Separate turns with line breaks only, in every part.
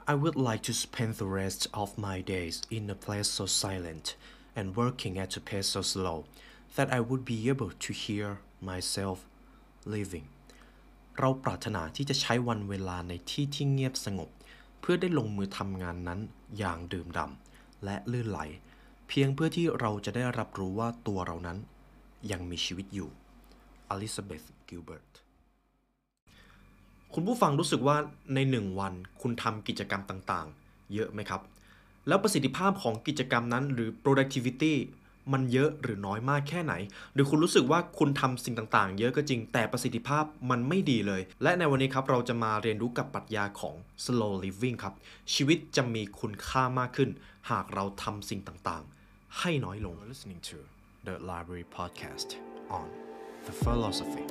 I would like to spend the rest of my days in a place so silent and working at a pace so slow that I would be able to hear myself living เราปรารถนาที่จะใช้วันเวลาในที่ที่เงียบสงบเพื่อได้ลงมือทำงานนั้นอย่างดื่มด่ำและลื่นไหลเพียงเพื่อที่เราจะได้รับรู้ว่าตัวเรานั้นยังมีชีวิตอยู่ Elizabeth Gilbert คุณผู้ฟังรู้สึกว่าใน1วันคุณทำกิจกรรมต่างๆเยอะไหมครับแล้วประสิทธิภาพของกิจกรรมนั้นหรือ productivity มันเยอะหรือน้อยมากแค่ไหนหรือคุณรู้สึกว่าคุณทำสิ่งต่างๆเยอะก็จริงแต่ประสิทธิภาพมันไม่ดีเลยและในวันนี้ครับเราจะมาเรียนรู้กับปรัชญาของ slow living ครับชีวิตจะมีคุณค่ามากขึ้นหากเราทำสิ่งต่างๆให้น้อยลง You're listening to the Library Podcast on the Philosophy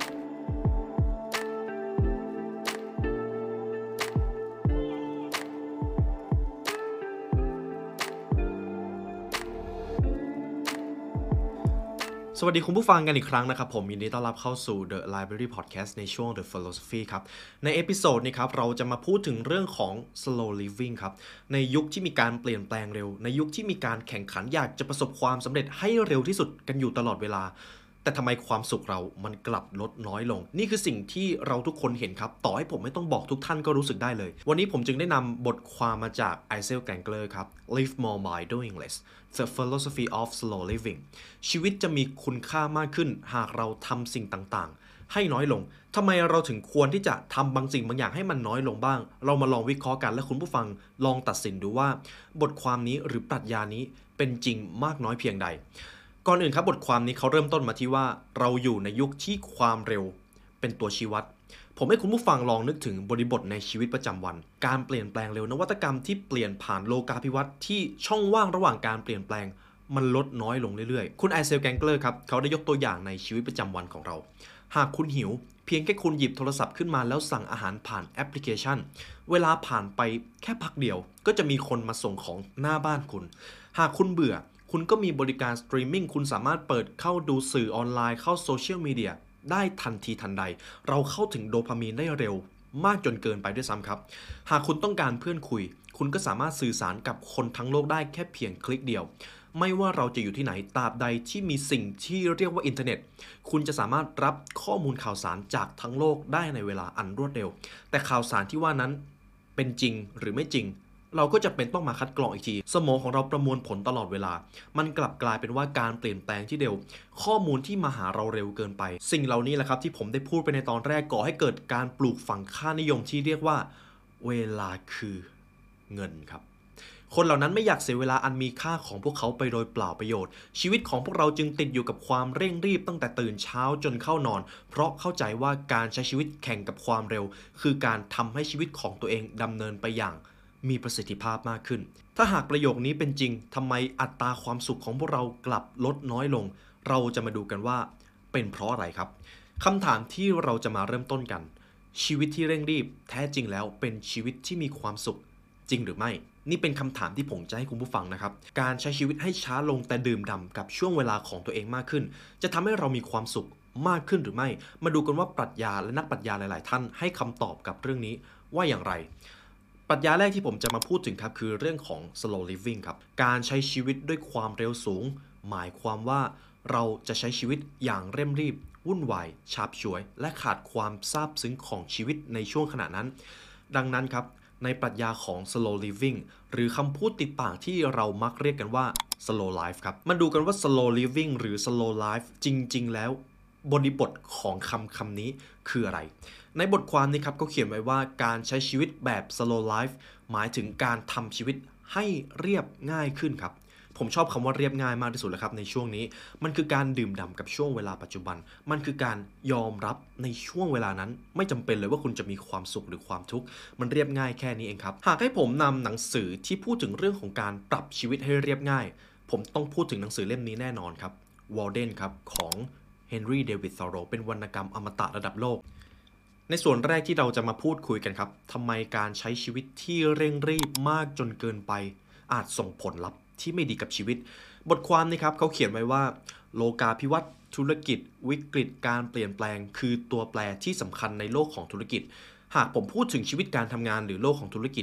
สวัสดีคุณผู้ฟังกันอีกครั้งนะครับผมยินดีต้อนรับเข้าสู่ The Library Podcast ในช่วง The Philosophy ครับในเอพิโซดนี้ครับเราจะมาพูดถึงเรื่องของ slow living ครับในยุคที่มีการเปลี่ยนแปลงเร็วในยุคที่มีการแข่งขันอยากจะประสบความสำเร็จให้เร็วที่สุดกันอยู่ตลอดเวลาแต่ทำไมความสุขเรามันกลับลดน้อยลงนี่คือสิ่งที่เราทุกคนเห็นครับต่อให้ผมไม่ต้องบอกทุกท่านก็รู้สึกได้เลยวันนี้ผมจึงได้นำบทความมาจาก Icel Gangler ครับ Live More by Doing Less The Philosophy of Slow Living ชีวิตจะมีคุณค่ามากขึ้นหากเราทำสิ่งต่างๆให้น้อยลงทำไมเราถึงควรที่จะทำบางสิ่งบางอย่างให้มันน้อยลงบ้างเรามาลองวิเคราะห์กันและคุณผู้ฟังลองตัดสินดูว่าบทความนี้หรือปรัชญานี้เป็นจริงมากน้อยเพียงใดก่อนอื่นครับบทความนี้เขาเริ่มต้นมาที่ว่าเราอยู่ในยุคที่ความเร็วเป็นตัวชี้วัดผมให้คุณผู้ฟังลองนึกถึงบริบทในชีวิตประจำวันการเปลี่ยนแปลงเร็วนวัตกรรมที่เปลี่ยนผ่านโลกาภิวัตน์ที่ช่องว่างระหว่างการเปลี่ยนแปลงมันลดน้อยลงเรื่อยๆคุณไอเซลแกงเกอร์ครับเขาได้ยกตัวอย่างในชีวิตประจำวันของเราหากคุณหิวเพียงแค่คุณหยิบโทรศัพท์ขึ้นมาแล้วสั่งอาหารผ่านแอปพลิเคชันเวลาผ่านไปแค่พักเดียวก็จะมีคนมาส่งของหน้าบ้านคุณหากคุณเบื่อคุณก็มีบริการสตรีมมิ่งคุณสามารถเปิดเข้าดูสื่อออนไลน์เข้าโซเชียลมีเดียได้ทันทีทันใดเราเข้าถึงโดพามีนได้เร็วมากจนเกินไปด้วยซ้ำครับหากคุณต้องการเพื่อนคุยคุณก็สามารถสื่อสารกับคนทั้งโลกได้แค่เพียงคลิกเดียวไม่ว่าเราจะอยู่ที่ไหนตราบใดที่มีสิ่งที่เรียกว่าอินเทอร์เน็ตคุณจะสามารถรับข้อมูลข่าวสารจากทั้งโลกได้ในเวลาอันรวดเร็วแต่ข่าวสารที่ว่านั้นเป็นจริงหรือไม่จริงเราก็จะเป็นต้องมาคัดกรองอีกทีสมองของเราประมวลผลตลอดเวลามันกลับกลายเป็นว่าการเปลี่ยนแปลงที่เร็วข้อมูลที่มาหาเราเร็วเกินไปสิ่งเหล่านี้แหละครับที่ผมได้พูดไปในตอนแรกก่อให้เกิดการปลูกฝังค่านิยมที่เรียกว่าเวลาคือเงินครับคนเหล่านั้นไม่อยากเสียเวลาอันมีค่าของพวกเขาไปโดยเปล่าประโยชน์ชีวิตของพวกเราจึงติดอยู่กับความเร่งรีบตั้งแต่ตื่นเช้าจนเข้านอนเพราะเข้าใจว่าการใช้ชีวิตแข่งกับความเร็วคือการทำให้ชีวิตของตัวเองดำเนินไปอย่างมีประสิทธิภาพมากขึ้นถ้าหากประโยคนี้เป็นจริงทำไมอัตราความสุขของพวกเรากลับลดน้อยลงเราจะมาดูกันว่าเป็นเพราะอะไรครับคำถามที่เราจะมาเริ่มต้นกันชีวิตที่เร่งรีบแท้จริงแล้วเป็นชีวิตที่มีความสุขจริงหรือไม่นี่เป็นคำถามที่ผมจะให้คุณผู้ฟังนะครับการใช้ชีวิตให้ช้าลงแต่ดื่มด่ำกับช่วงเวลาของตัวเองมากขึ้นจะทำให้เรามีความสุขมากขึ้นหรือไม่มาดูกันว่าปรัชญาและนักปรัชญาหลายๆท่านให้คำตอบกับเรื่องนี้ว่าอย่างไรปรัชญาแรกที่ผมจะมาพูดถึงครับคือเรื่องของ slow living ครับการใช้ชีวิตด้วยความเร็วสูงหมายความว่าเราจะใช้ชีวิตอย่างเร่งรีบวุ่นวายฉาบฉวยและขาดความซาบซึ้งของชีวิตในช่วงขณะนั้นดังนั้นครับในปรัชญาของ slow living หรือคำพูดติดปากที่เรามักเรียกกันว่า slow life ครับมาดูกันว่า slow living หรือ slow life จริงๆแล้วบริบทของคำนี้คืออะไรในบทความนี้ครับเขาเขียนไว้ว่าการใช้ชีวิตแบบ slow life หมายถึงการทำชีวิตให้เรียบง่ายขึ้นครับผมชอบคำว่าเรียบง่ายมากที่สุดเลยครับในช่วงนี้มันคือการดื่มด่ำกับช่วงเวลาปัจจุบันมันคือการยอมรับในช่วงเวลานั้นไม่จำเป็นเลยว่าคุณจะมีความสุขหรือความทุกข์มันเรียบง่ายแค่นี้เองครับหากให้ผมนำหนังสือที่พูดถึงเรื่องของการปรับชีวิตให้เรียบง่ายผมต้องพูดถึงหนังสือเล่มนี้แน่นอนครับ Walden ครับของเฮนรี่เดวิดทอโรเป็นวรรณกรรมอมตะระดับโลกในส่วนแรกที่เราจะมาพูดคุยกันครับทำไมการใช้ชีวิตที่เร่งรีบมากจนเกินไปอาจส่งผลลัพธ์ที่ไม่ดีกับชีวิตบทความนี้ครับเขาเขียนไว้ว่าโลกาภิวัตน์ธุรกิจวิกฤตการเปลี่ยนแปลงคือตัวแปรที่สำคัญในโลกของธุรกิจหากผมพูดถึงชีวิตการทำงานหรือโลกของธุรกิจครับ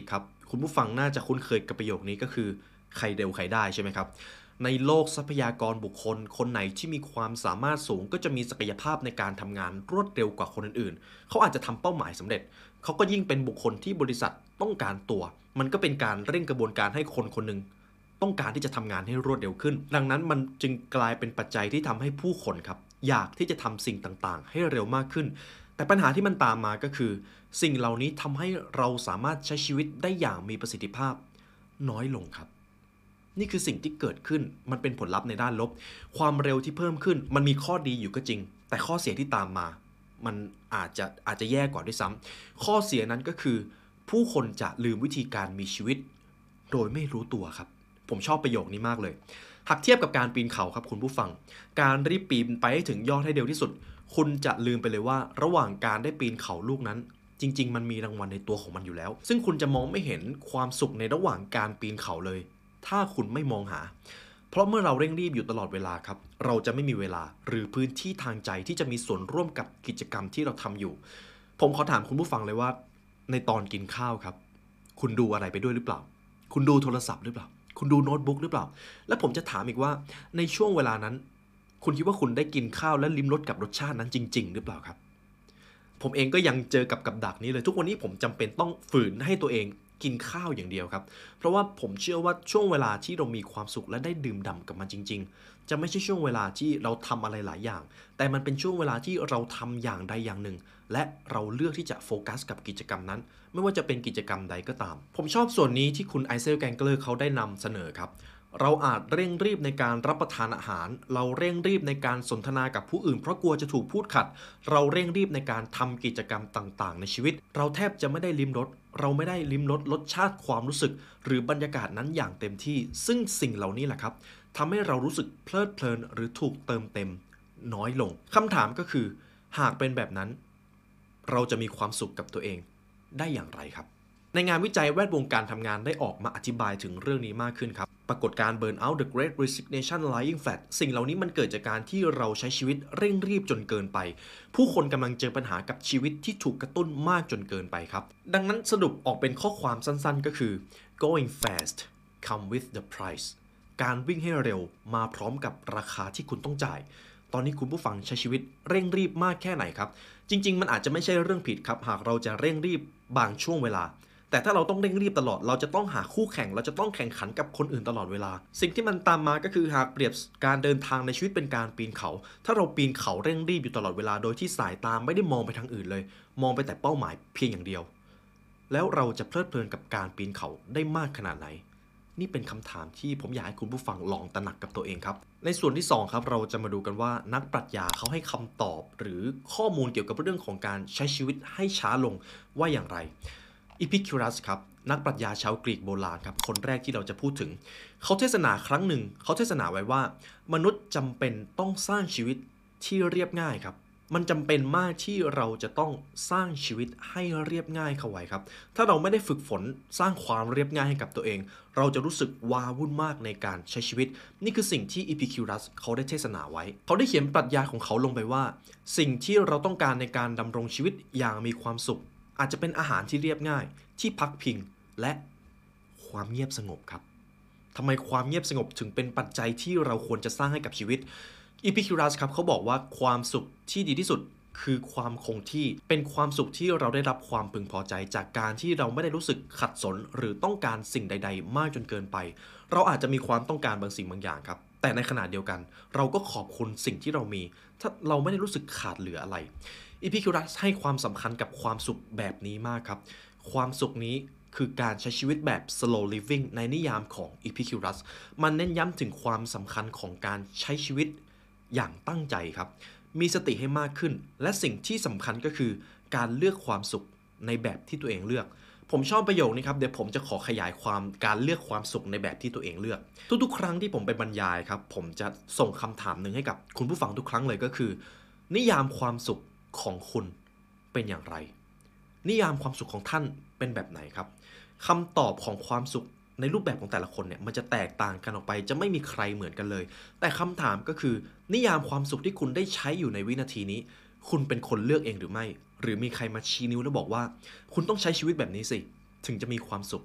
คุณผู้ฟังน่าจะคุ้นเคยกับประโยคนี้ก็คือใครเร็วใครได้ใช่ไหมครับในโลกทรัพยากรบุคคลคนไหนที่มีความสามารถสูงก็จะมีศักยภาพในการทำงานรวดเร็วกว่าคนอื่นๆเขาอาจจะทำเป้าหมายสำเร็จเขาก็ยิ่งเป็นบุคคลที่บริษัทต้องการตัวมันก็เป็นการเร่งกระบวนการให้คนคนหนึ่งต้องการที่จะทำงานให้รวดเร็วขึ้นดังนั้นมันจึงกลายเป็นปัจจัยที่ทำให้ผู้คนครับอยากที่จะทำสิ่งต่างๆให้เร็วมากขึ้นแต่ปัญหาที่มันตามมาก็คือสิ่งเหล่านี้ทำให้เราสามารถใช้ชีวิตได้อย่างมีประสิทธิภาพน้อยลงครับนี่คือสิ่งที่เกิดขึ้นมันเป็นผลลัพธ์ในด้านลบความเร็วที่เพิ่มขึ้นมันมีข้อดีอยู่ก็จริงแต่ข้อเสียที่ตามมามันอาจจะแย่กว่าด้วยซ้ำข้อเสียนั้นก็คือผู้คนจะลืมวิธีการมีชีวิตโดยไม่รู้ตัวครับผมชอบประโยคนี้มากเลยหากเทียบกับการปีนเขาครับคุณผู้ฟังการรีบปีนไปให้ถึงยอดให้เร็วที่สุดคุณจะลืมไปเลยว่าระหว่างการได้ปีนเขาลูกนั้นจริงๆมันมีรางวัลในตัวของมันอยู่แล้วซึ่งคุณจะมองไม่เห็นความสุขในระหว่างการปีนเขาเลยถ้าคุณไม่มองหาเพราะเมื่อเราเร่งรีบอยู่ตลอดเวลาครับเราจะไม่มีเวลาหรือพื้นที่ทางใจที่จะมีส่วนร่วมกับกิจกรรมที่เราทำอยู่ผมขอถามคุณผู้ฟังเลยว่าในตอนกินข้าวครับคุณดูอะไรไปด้วยหรือเปล่าคุณดูโทรศัพท์หรือเปล่าคุณดูโน้ตบุ๊กหรือเปล่าและผมจะถามอีกว่าในช่วงเวลานั้นคุณคิดว่าคุณได้กินข้าวและลิ้มรสกับรสชาตินั้นจริงๆหรือเปล่าครับผมเองก็ยังเจอกับดักนี้เลยทุกวันนี้ผมจำเป็นต้องฝืนให้ตัวเองกินข้าวอย่างเดียวครับเพราะว่าผมเชื่อว่าช่วงเวลาที่เรามีความสุขและได้ดื่มด่ำกับมันจริงๆจะไม่ใช่ช่วงเวลาที่เราทำอะไรหลายอย่างแต่มันเป็นช่วงเวลาที่เราทำอย่างใดอย่างหนึ่งและเราเลือกที่จะโฟกัสกับกิจกรรมนั้นไม่ว่าจะเป็นกิจกรรมใดก็ตามผมชอบส่วนนี้ที่คุณไอเซลแกงเกอร์เขาได้นำเสนอครับเราอาจเร่งรีบในการรับประทานอาหารเราเร่งรีบในการสนทนากับผู้อื่นเพราะกลัวจะถูกพูดขัดเราเร่งรีบในการทำกิจกรรมต่างๆในชีวิตเราแทบจะไม่ได้ลิ้มรสเราไม่ได้ลิ้มรสชาติความรู้สึกหรือบรรยากาศนั้นอย่างเต็มที่ซึ่งสิ่งเหล่านี้แหละครับทำให้เรารู้สึกเพลิดเพลินหรือถูกเติมเต็มน้อยลงคำถามก็คือหากเป็นแบบนั้นเราจะมีความสุขกับตัวเองได้อย่างไรครับในงานวิจัยแวดวงการทำงานได้ออกมาอธิบายถึงเรื่องนี้มากขึ้นครับปรากฏการณ์ Burnout The Great Resignation Lying Flat สิ่งเหล่านี้มันเกิดจากการที่เราใช้ชีวิตเร่งรีบจนเกินไปผู้คนกำลังเจอปัญหากับชีวิตที่ถูกกระตุ้นมากจนเกินไปครับดังนั้นสรุปออกเป็นข้อความสั้นๆก็คือ going fast come with the price การวิ่งให้เร็วมาพร้อมกับราคาที่คุณต้องจ่ายตอนนี้คุณผู้ฟังใช้ชีวิตเร่งรีบมากแค่ไหนครับจริงๆมันอาจจะไม่ใช่เรื่องผิดครับหากเราจะเร่งรีบบางช่วงเวลาแต่ถ้าเราต้องเร่งรีบตลอดเราจะต้องหาคู่แข่งเราจะต้องแข่งขันกับคนอื่นตลอดเวลาสิ่งที่มันตามมาก็คือหากเปรียบการเดินทางในชีวิตเป็นการปีนเขาถ้าเราปีนเขาเร่งรีบอยู่ตลอดเวลาโดยที่สายตาไม่ได้มองไปทางอื่นเลยมองไปแต่เป้าหมายเพียงอย่างเดียวแล้วเราจะเพลิดเพลินกับการปีนเขาได้มากขนาดไหนนี่เป็นคำถามที่ผมอยากให้คุณผู้ฟังลองตระหนักกับตัวเองครับในส่วนที่2ครับเราจะมาดูกันว่านักปรัชญาเขาให้คำตอบหรือข้อมูลเกี่ยวกับเรื่องของการใช้ชีวิตให้ช้าลงว่าอย่างไรEpicurus ครับนักปรัชญาชาวกรีกโบราณครับคนแรกที่เราจะพูดถึงเขาเทศนาครั้งหนึ่งเขาเทศนาไว้ว่ามนุษย์จำเป็นต้องสร้างชีวิตที่เรียบง่ายครับมันจำเป็นมากที่เราจะต้องสร้างชีวิตให้เรียบง่ายเข้าไว้ครับถ้าเราไม่ได้ฝึกฝนสร้างความเรียบง่ายให้กับตัวเองเราจะรู้สึกว้าวุ่นมากในการใช้ชีวิตนี่คือสิ่งที่ Epicurus เขาได้เทศนาไว้เขาได้เขียนปรัชญาของเขาลงไปว่าสิ่งที่เราต้องการในการดำรงชีวิตอย่างมีความสุขอาจจะเป็นอาหารที่เรียบง่ายที่พักพิงและความเงียบสงบครับทำไมความเงียบสงบถึงเป็นปัจจัยที่เราควรจะสร้างให้กับชีวิตEpicurus ครับเขาบอกว่าความสุขที่ดีที่สุดคือความคงที่เป็นความสุขที่เราได้รับความพึงพอใจจากการที่เราไม่ได้รู้สึกขัดสนหรือต้องการสิ่งใดๆมากจนเกินไปเราอาจจะมีความต้องการบางสิ่งบางอย่างครับแต่ในขณะเดียวกันเราก็ขอบคุณสิ่งที่เรามีถ้าเราไม่ได้รู้สึกขาดเหลืออะไรEpicurus ให้ความสำคัญกับความสุขแบบนี้มากครับความสุขนี้คือการใช้ชีวิตแบบ slow living ในนิยามของ Epicurus มันเน้นย้ำถึงความสำคัญของการใช้ชีวิตอย่างตั้งใจครับมีสติให้มากขึ้นและสิ่งที่สำคัญก็คือการเลือกความสุขในแบบที่ตัวเองเลือกผมชอบประโยคนี้ครับเดี๋ยวผมจะขอขยายความการเลือกความสุขในแบบที่ตัวเองเลือกทุกๆครั้งที่ผมไปบรรยายครับผมจะส่งคำถามหนึ่งให้กับคุณผู้ฟังทุกครั้งเลยก็คือนิยามความสุขของคุณเป็นอย่างไรนิยามความสุขของท่านเป็นแบบไหนครับคำตอบของความสุขในรูปแบบของแต่ละคนเนี่ยมันจะแตกต่างกันออกไปจะไม่มีใครเหมือนกันเลยแต่คำถามก็คือนิยามความสุขที่คุณได้ใช้อยู่ในวินาทีนี้คุณเป็นคนเลือกเองหรือไม่หรือมีใครมาชี้นิ้วแล้วบอกว่าคุณต้องใช้ชีวิตแบบนี้สิถึงจะมีความสุข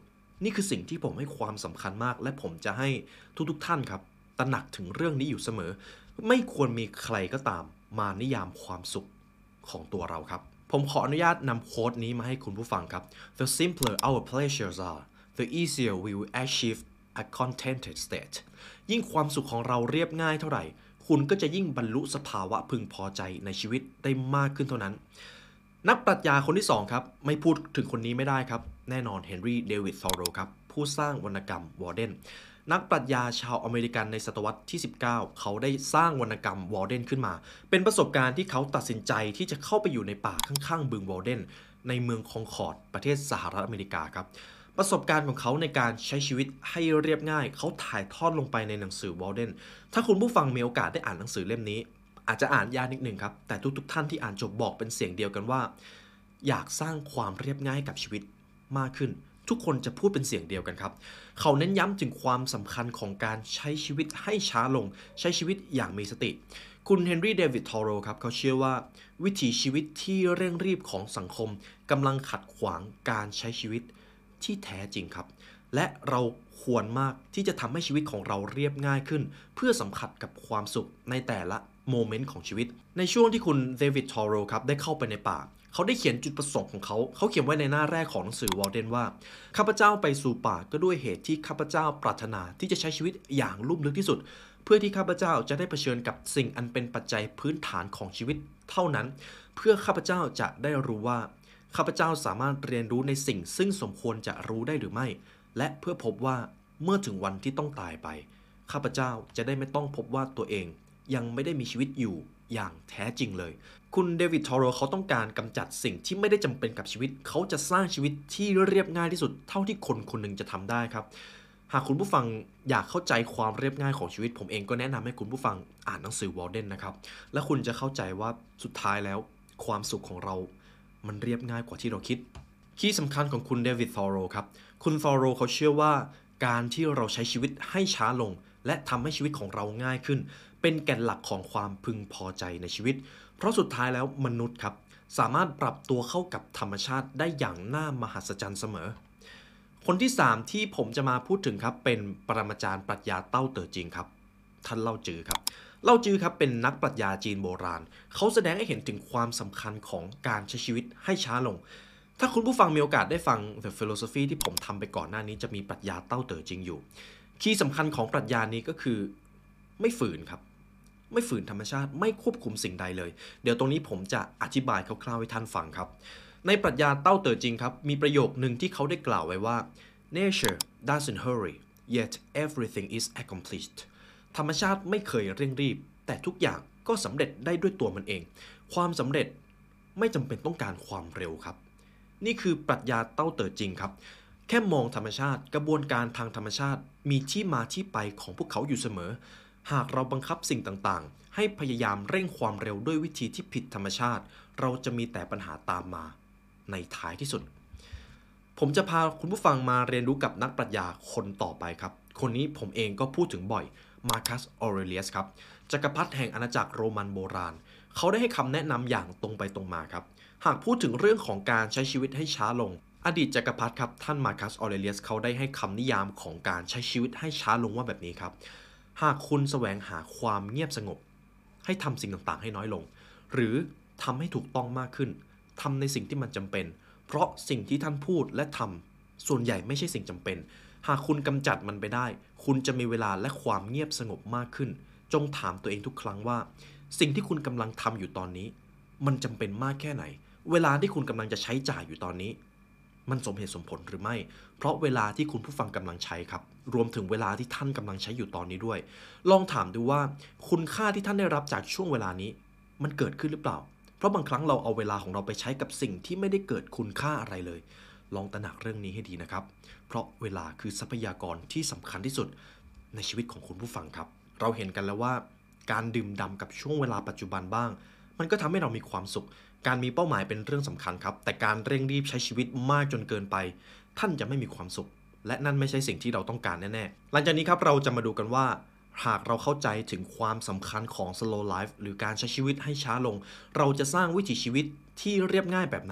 นี่คือสิ่งที่ผมให้ความสำคัญมากและผมจะให้ทุกท่านครับตระหนักถึงเรื่องนี้อยู่เสมอไม่ควรมีใครก็ตามมานิยามความสุขของตัวเราครับผมขออนุญาตนำโค้ดนี้มาให้คุณผู้ฟังครับ The simpler our pleasures are the easier we will achieve a contented state ยิ่งความสุขของเราเรียบง่ายเท่าไหร่คุณก็จะยิ่งบรรลุสภาวะพึงพอใจในชีวิตได้มากขึ้นเท่านั้นนักปรัชญาคนที่2ครับไม่พูดถึงคนนี้ไม่ได้ครับแน่นอนเฮนรี่เดวิดทอโรครับผู้สร้างวรรณกรรมวอร์เดนนักปรัชญาชาวอเมริกันในศตวรรษที่19เขาได้สร้างวรรณกรรมวอร์เดนขึ้นมาเป็นประสบการณ์ที่เขาตัดสินใจที่จะเข้าไปอยู่ในป่าข้างๆบึงวอร์เดนในเมืองคองคอร์ดประเทศสหรัฐอเมริกาครับประสบการณ์ของเขาในการใช้ชีวิตให้เรียบง่ายเขาถ่ายทอดลงไปในหนังสือวอร์เดนถ้าคุณผู้ฟังมีโอกาสได้อ่านหนังสือเล่มนี้อาจจะอ่านยากนิดนึงครับแต่ทุกท่านที่อ่านจบบอกเป็นเสียงเดียวกันว่าอยากสร้างความเรียบง่ายกับชีวิตมากขึ้นทุกคนจะพูดเป็นเสียงเดียวกันครับเขาเน้นย้ำถึงความสำคัญของการใช้ชีวิตให้ช้าลงใช้ชีวิตอย่างมีสติคุณเฮนรี่เดวิดทอโรครับเขาเชื่อว่าวิถีชีวิตที่เร่งรีบของสังคมกำลังขัดขวางการใช้ชีวิตที่แท้จริงครับและเราควรมากที่จะทำให้ชีวิตของเราเรียบง่ายขึ้นเพื่อสัมผัสกับความสุขในแต่ละโมเมนต์ของชีวิตในช่วงที่คุณเดวิดทอโรครับได้เข้าไปในป่าเขาได้เขียนจุดประสงค์ของเขาเขียนไว้ในหน้าแรกของหนังสือวอร์เดนว่าข้าพเจ้าไปสู่ป่าก็ด้วยเหตุที่ข้าพเจ้าปรารถนาที่จะใช้ชีวิตอย่างลุ่มลึกที่สุดเพื่อที่ข้าพเจ้าจะได้เผชิญกับสิ่งอันเป็นปัจจัยพื้นฐานของชีวิตเท่านั้นเพื่อข้าพเจ้าจะได้รู้ว่าข้าพเจ้าสามารถเรียนรู้ในสิ่งซึ่งสมควรจะรู้ได้หรือไม่และเพื่อพบว่าเมื่อถึงวันที่ต้องตายไปข้าพเจ้าจะได้ไม่ต้องพบว่าตัวเองยังไม่ได้มีชีวิตอยู่อย่างแท้จริงเลยคุณเดวิดทอโรเขาต้องการกำจัดสิ่งที่ไม่ได้จำเป็นกับชีวิตเขาจะสร้างชีวิตที่เรียบง่ายที่สุดเท่าที่คนคนหนึ่งจะทำได้ครับหากคุณผู้ฟังอยากเข้าใจความเรียบง่ายของชีวิตผมเองก็แนะนำให้คุณผู้ฟังอ่านหนังสือวอร์เดนนะครับและคุณจะเข้าใจว่าสุดท้ายแล้วความสุขของเรามันเรียบง่ายกว่าที่เราคิดคีย์สำคัญของคุณเดวิดทอโรครับคุณทอโรเขาเชื่อว่าการที่เราใช้ชีวิตให้ช้าลงและทำให้ชีวิตของเราง่ายขึ้นเป็นแก่นหลักของความพึงพอใจในชีวิตเพราะสุดท้ายแล้วมนุษย์ครับสามารถปรับตัวเข้ากับธรรมชาติได้อย่างน่ามหัศจรรย์เสมอคนที่3ที่ผมจะมาพูดถึงครับเป็นปรมาจารย์ปรัชญาเต้าเต๋อจริงครับท่านเล่าจือครับเล่าจือครับเป็นนักปรัชญาจีนโบราณเขาแสดงให้เห็นถึงความสำคัญของการใช้ชีวิตให้ช้าลงถ้าคุณผู้ฟังมีโอกาสได้ฟัง The Philosophy ที่ผมทำไปก่อนหน้านี้จะมีปรัชญาเต้าเต๋อจริงอยู่คีย์สำคัญของปรัชญานี้ก็คือไม่ฝืนครับไม่ฝืนธรรมชาติไม่ควบคุมสิ่งใดเลยเดี๋ยวตรงนี้ผมจะอธิบายคร่าวๆให้ท่านฟังครับในปรัชญาเต้าเต๋อจริงครับมีประโยคนึงที่เขาได้กล่าวไว้ว่า Nature doesn't hurry yet everything is accomplished ธรรมชาติไม่เคยเร่งรีบแต่ทุกอย่างก็สำเร็จได้ด้วยตัวมันเองความสำเร็จไม่จำเป็นต้องการความเร็วครับนี่คือปรัชญาเต้าเต๋อจริงครับแค่มองธรรมชาติกระบวนการทางธรรมชาติมีที่มาที่ไปของพวกเขาอยู่เสมอหากเราบังคับสิ่งต่างๆให้พยายามเร่งความเร็วด้วยวิธีที่ผิดธรรมชาติเราจะมีแต่ปัญหาตามมาในท้ายที่สุดผมจะพาคุณผู้ฟังมาเรียนรู้กับนักปรัชญาคนต่อไปครับคนนี้ผมเองก็พูดถึงบ่อยมาร์คัสออเรเลียสครับจักรพรรดิแห่งอาณาจักรโรมันโบราณเขาได้ให้คำแนะนำอย่างตรงไปตรงมาครับหากพูดถึงเรื่องของการใช้ชีวิตให้ช้าลงอดีตจักรพรรดิครับท่านมาร์คัสออเรเลียสเขาได้ให้คำนิยามของการใช้ชีวิตให้ช้าลงว่าแบบนี้ครับหากคุณแสวงหาความเงียบสงบให้ทำสิ่งต่างๆให้น้อยลงหรือทำให้ถูกต้องมากขึ้นทำในสิ่งที่มันจำเป็นเพราะสิ่งที่ท่านพูดและทำส่วนใหญ่ไม่ใช่สิ่งจำเป็นหากคุณกำจัดมันไปได้คุณจะมีเวลาและความเงียบสงบมากขึ้นจงถามตัวเองทุกครั้งว่าสิ่งที่คุณกำลังทำอยู่ตอนนี้มันจำเป็นมากแค่ไหนเวลาที่คุณกำลังจะใช้จ่ายอยู่ตอนนี้มันสมเหตุสมผลหรือไม่เพราะเวลาที่คุณผู้ฟังกำลังใช้ครับรวมถึงเวลาที่ท่านกำลังใช้อยู่ตอนนี้ด้วยลองถามดูว่าคุณค่าที่ท่านได้รับจากช่วงเวลานี้มันเกิดขึ้นหรือเปล่าเพราะบางครั้งเราเอาเวลาของเราไปใช้กับสิ่งที่ไม่ได้เกิดคุณค่าอะไรเลยลองตระหนักเรื่องนี้ให้ดีนะครับเพราะเวลาคือทรัพยากรที่สำคัญที่สุดในชีวิตของคุณผู้ฟังครับเราเห็นกันแล้วว่าการดื่มด่ำกับช่วงเวลาปัจจุบันบ้างมันก็ทำให้เรามีความสุขการมีเป้าหมายเป็นเรื่องสำคัญครับแต่การเร่งรีบใช้ชีวิตมากจนเกินไปท่านจะไม่มีความสุขและนั่นไม่ใช่สิ่งที่เราต้องการแน่ๆหลังจากนี้ครับเราจะมาดูกันว่าหากเราเข้าใจถึงความสำคัญของ slow life หรือการใช้ชีวิตให้ช้าลงเราจะสร้างวิถีชีวิตที่เรียบง่ายแบบนั้น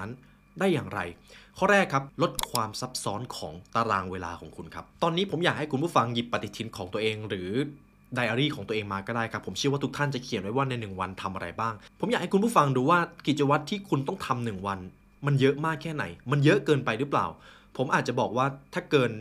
ได้อย่างไรข้อแรกครับลดความซับซ้อนของตารางเวลาของคุณครับตอนนี้ผมอยากให้คุณผู้ฟังหยิบปฏิทินของตัวเองหรือไดอารี่ของตัวเองมาก็ได้ครับผมเชื่อว่าทุกท่านจะเขียนไว้ว่าใน1วันทำอะไรบ้างผมอยากให้คุณผู้ฟังดูว่ากิจวัตรที่คุณต้องทำ1วันมันเยอะมากแค่ไหนมันเยอะเกินไปหรือเปล่าผมอาจจะบอกว่าถ้าเกิน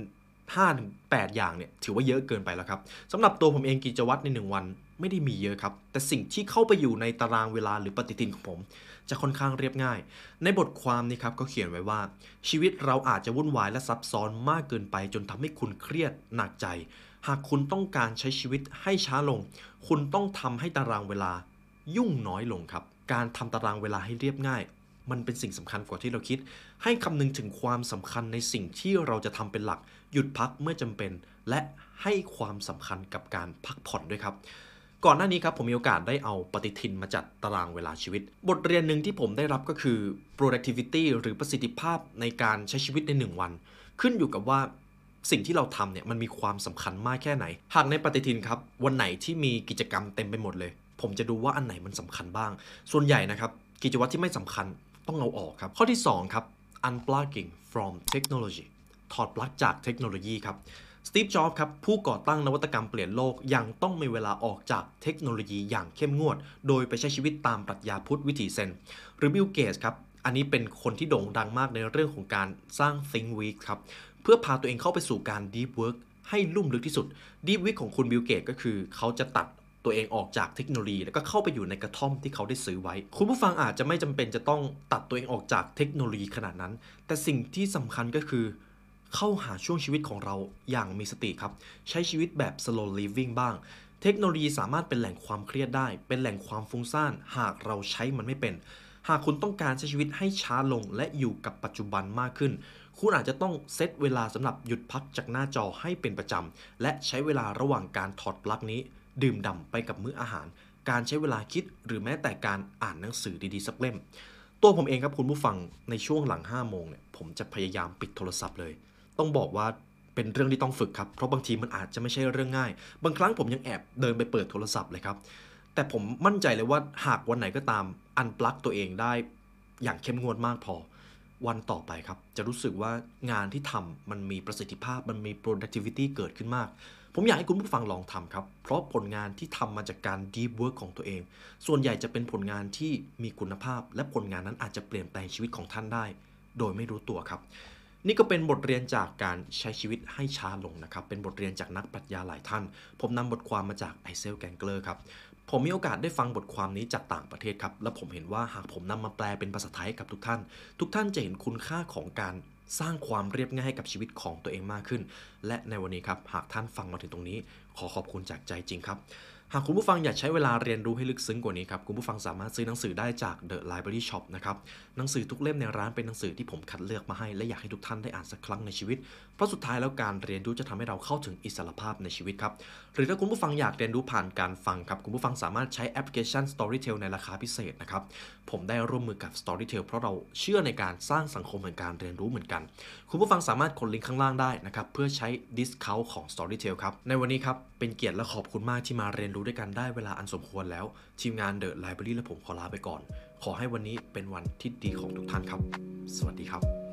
5-8 อย่างเนี่ยถือว่าเยอะเกินไปแล้วครับสำหรับตัวผมเองกิจวัตรใน1วันไม่ได้มีเยอะครับแต่สิ่งที่เข้าไปอยู่ในตารางเวลาหรือปฏิทินของผมจะค่อนข้างเรียบง่ายในบทความนี้ครับก็เขียนไว้ว่าชีวิตเราอาจจะวุ่นวายและซับซ้อนมากเกินไปจนทำให้คุณเครียดหนักใจหากคุณต้องการใช้ชีวิตให้ช้าลงคุณต้องทำให้ตารางเวลายุ่งน้อยลงครับการทำตารางเวลาให้เรียบง่ายมันเป็นสิ่งสำคัญกว่าที่เราคิดให้คำนึงถึงความสำคัญในสิ่งที่เราจะทำเป็นหลักหยุดพักเมื่อจำเป็นและให้ความสำคัญกับการพักผ่อนด้วยครับก่อนหน้านี้ครับผมมีโอกาสได้เอาปฏิทินมาจัดตารางเวลาชีวิตบทเรียนหนึ่งที่ผมได้รับก็คือ productivity หรือประสิทธิภาพในการใช้ชีวิตใน1วันขึ้นอยู่กับว่าสิ่งที่เราทำเนี่ยมันมีความสำคัญมากแค่ไหนหากในปฏิทินครับวันไหนที่มีกิจกรรมเต็มไปหมดเลยผมจะดูว่าอันไหนมันสำคัญบ้างส่วนใหญ่นะครับกิจวัตรที่ไม่สำคัญต้องเอาออกครับข้อที่2ครับ unplugging from technology ถอดปลั๊กจากเทคโนโลยีครับสตีฟ จ็อบส์ครับผู้ก่อตั้งนวัตกรรมเปลี่ยนโลกยังต้องมีเวลาออกจากเทคโนโลยีอย่างเข้มงวดโดยไปใช้ชีวิตตามปรัชญาพุทธวิถีเซนหรือบิล เกตส์ครับอันนี้เป็นคนที่โด่งดังมากในเรื่องของการสร้าง Think Week ครับเพื่อพาตัวเองเข้าไปสู่การ Deep Work ให้ลุ่มลึกที่สุด Deep Week ของคุณบิล เกตส์ก็คือเขาจะตัดตัวเองออกจากเทคโนโลยีแล้วก็เข้าไปอยู่ในกระท่อมที่เขาได้ซื้อไว้คุณผู้ฟังอาจจะไม่จำเป็นจะต้องตัดตัวเองออกจากเทคโนโลยีขนาดนั้นแต่สิ่งที่สำคัญก็คือเข้าหาช่วงชีวิตของเราอย่างมีสติครับใช้ชีวิตแบบ slow living บ้างเทคโนโลยีสามารถเป็นแหล่งความเครียดได้เป็นแหล่งความฟุ้งซ่านหากเราใช้มันไม่เป็นหากคุณต้องการใช้ชีวิตให้ช้าลงและอยู่กับปัจจุบันมากขึ้นคุณอาจจะต้องเซตเวลาสำหรับหยุดพักจากหน้าจอให้เป็นประจำและใช้เวลาระหว่างการถอดปลั๊กนี้ดื่มด่ำไปกับมื้ออาหารการใช้เวลาคิดหรือแม้แต่การอ่านหนังสือดีๆสักเล่มตัวผมเองครับคุณผู้ฟังในช่วงหลัง5 โมงเนี่ยผมจะพยายามปิดโทรศัพท์เลยต้องบอกว่าเป็นเรื่องที่ต้องฝึกครับเพราะบางทีมันอาจจะไม่ใช่เรื่องง่ายบางครั้งผมยังแอบเดินไปเปิดโทรศัพท์เลยครับแต่ผมมั่นใจเลยว่าหากวันไหนก็ตามอันปลั๊กตัวเองได้อย่างเข้มงวดมากพอวันต่อไปครับจะรู้สึกว่างานที่ทำมันมีประสิทธิภาพมันมี productivity เกิดขึ้นมากผมอยากให้คุณผู้ฟังลองทำครับเพราะผลงานที่ทำมาจากการ deep work ของตัวเองส่วนใหญ่จะเป็นผลงานที่มีคุณภาพและผลงานนั้นอาจจะเปลี่ยนแปลงชีวิตของท่านได้โดยไม่รู้ตัวครับนี่ก็เป็นบทเรียนจากการใช้ชีวิตให้ช้าลงนะครับเป็นบทเรียนจากนักปรัชญาหลายท่านผมนำบทความมาจากไอเซล แกงเกอร์ครับผมมีโอกาสได้ฟังบทความนี้จากต่างประเทศครับและผมเห็นว่าหากผมนำมาแปลเป็นภาษาไทยกับทุกท่านจะเห็นคุณค่าของการสร้างความเรียบง่ายให้กับชีวิตของตัวเองมากขึ้นและในวันนี้ครับหากท่านฟังมาถึงตรงนี้ขอขอบคุณจากใจจริงครับหากคุณผู้ฟังอยากใช้เวลาเรียนรู้ให้ลึกซึ้งกว่านี้ครับคุณผู้ฟังสามารถซื้อหนังสือได้จาก The Library Shop นะครับหนังสือทุกเล่มในร้านเป็นหนังสือที่ผมคัดเลือกมาให้และอยากให้ทุกท่านได้อ่านสักครั้งในชีวิตเพราะสุดท้ายแล้วการเรียนรู้จะทำให้เราเข้าถึงอิสรภาพในชีวิตครับหรือถ้าคุณผู้ฟังอยากเรียนรู้ผ่านการฟังครับคุณผู้ฟังสามารถใช้แอปพลิเคชัน Storytel ในราคาพิเศษนะครับผมได้ร่วมมือกับ Storytel เพราะเราเชื่อในการสร้างสังคมแห่งการเรียนรู้เหมือนกันคุณผู้ฟังสามารถกดลิงก์ข้างล่างได้นะครับเพื่อใช้ discount ของ Storytel ครับในวันนี้ครับเป็นเกียรติและขอบคุณมากที่มาเรียนรู้ด้วยกันได้เวลาอันสมควรแล้วทีมงาน The Library และผมขอลาไปก่อนขอให้วันนี้เป็นวันที่ดีของทุกท่านครับสวัสดีครับ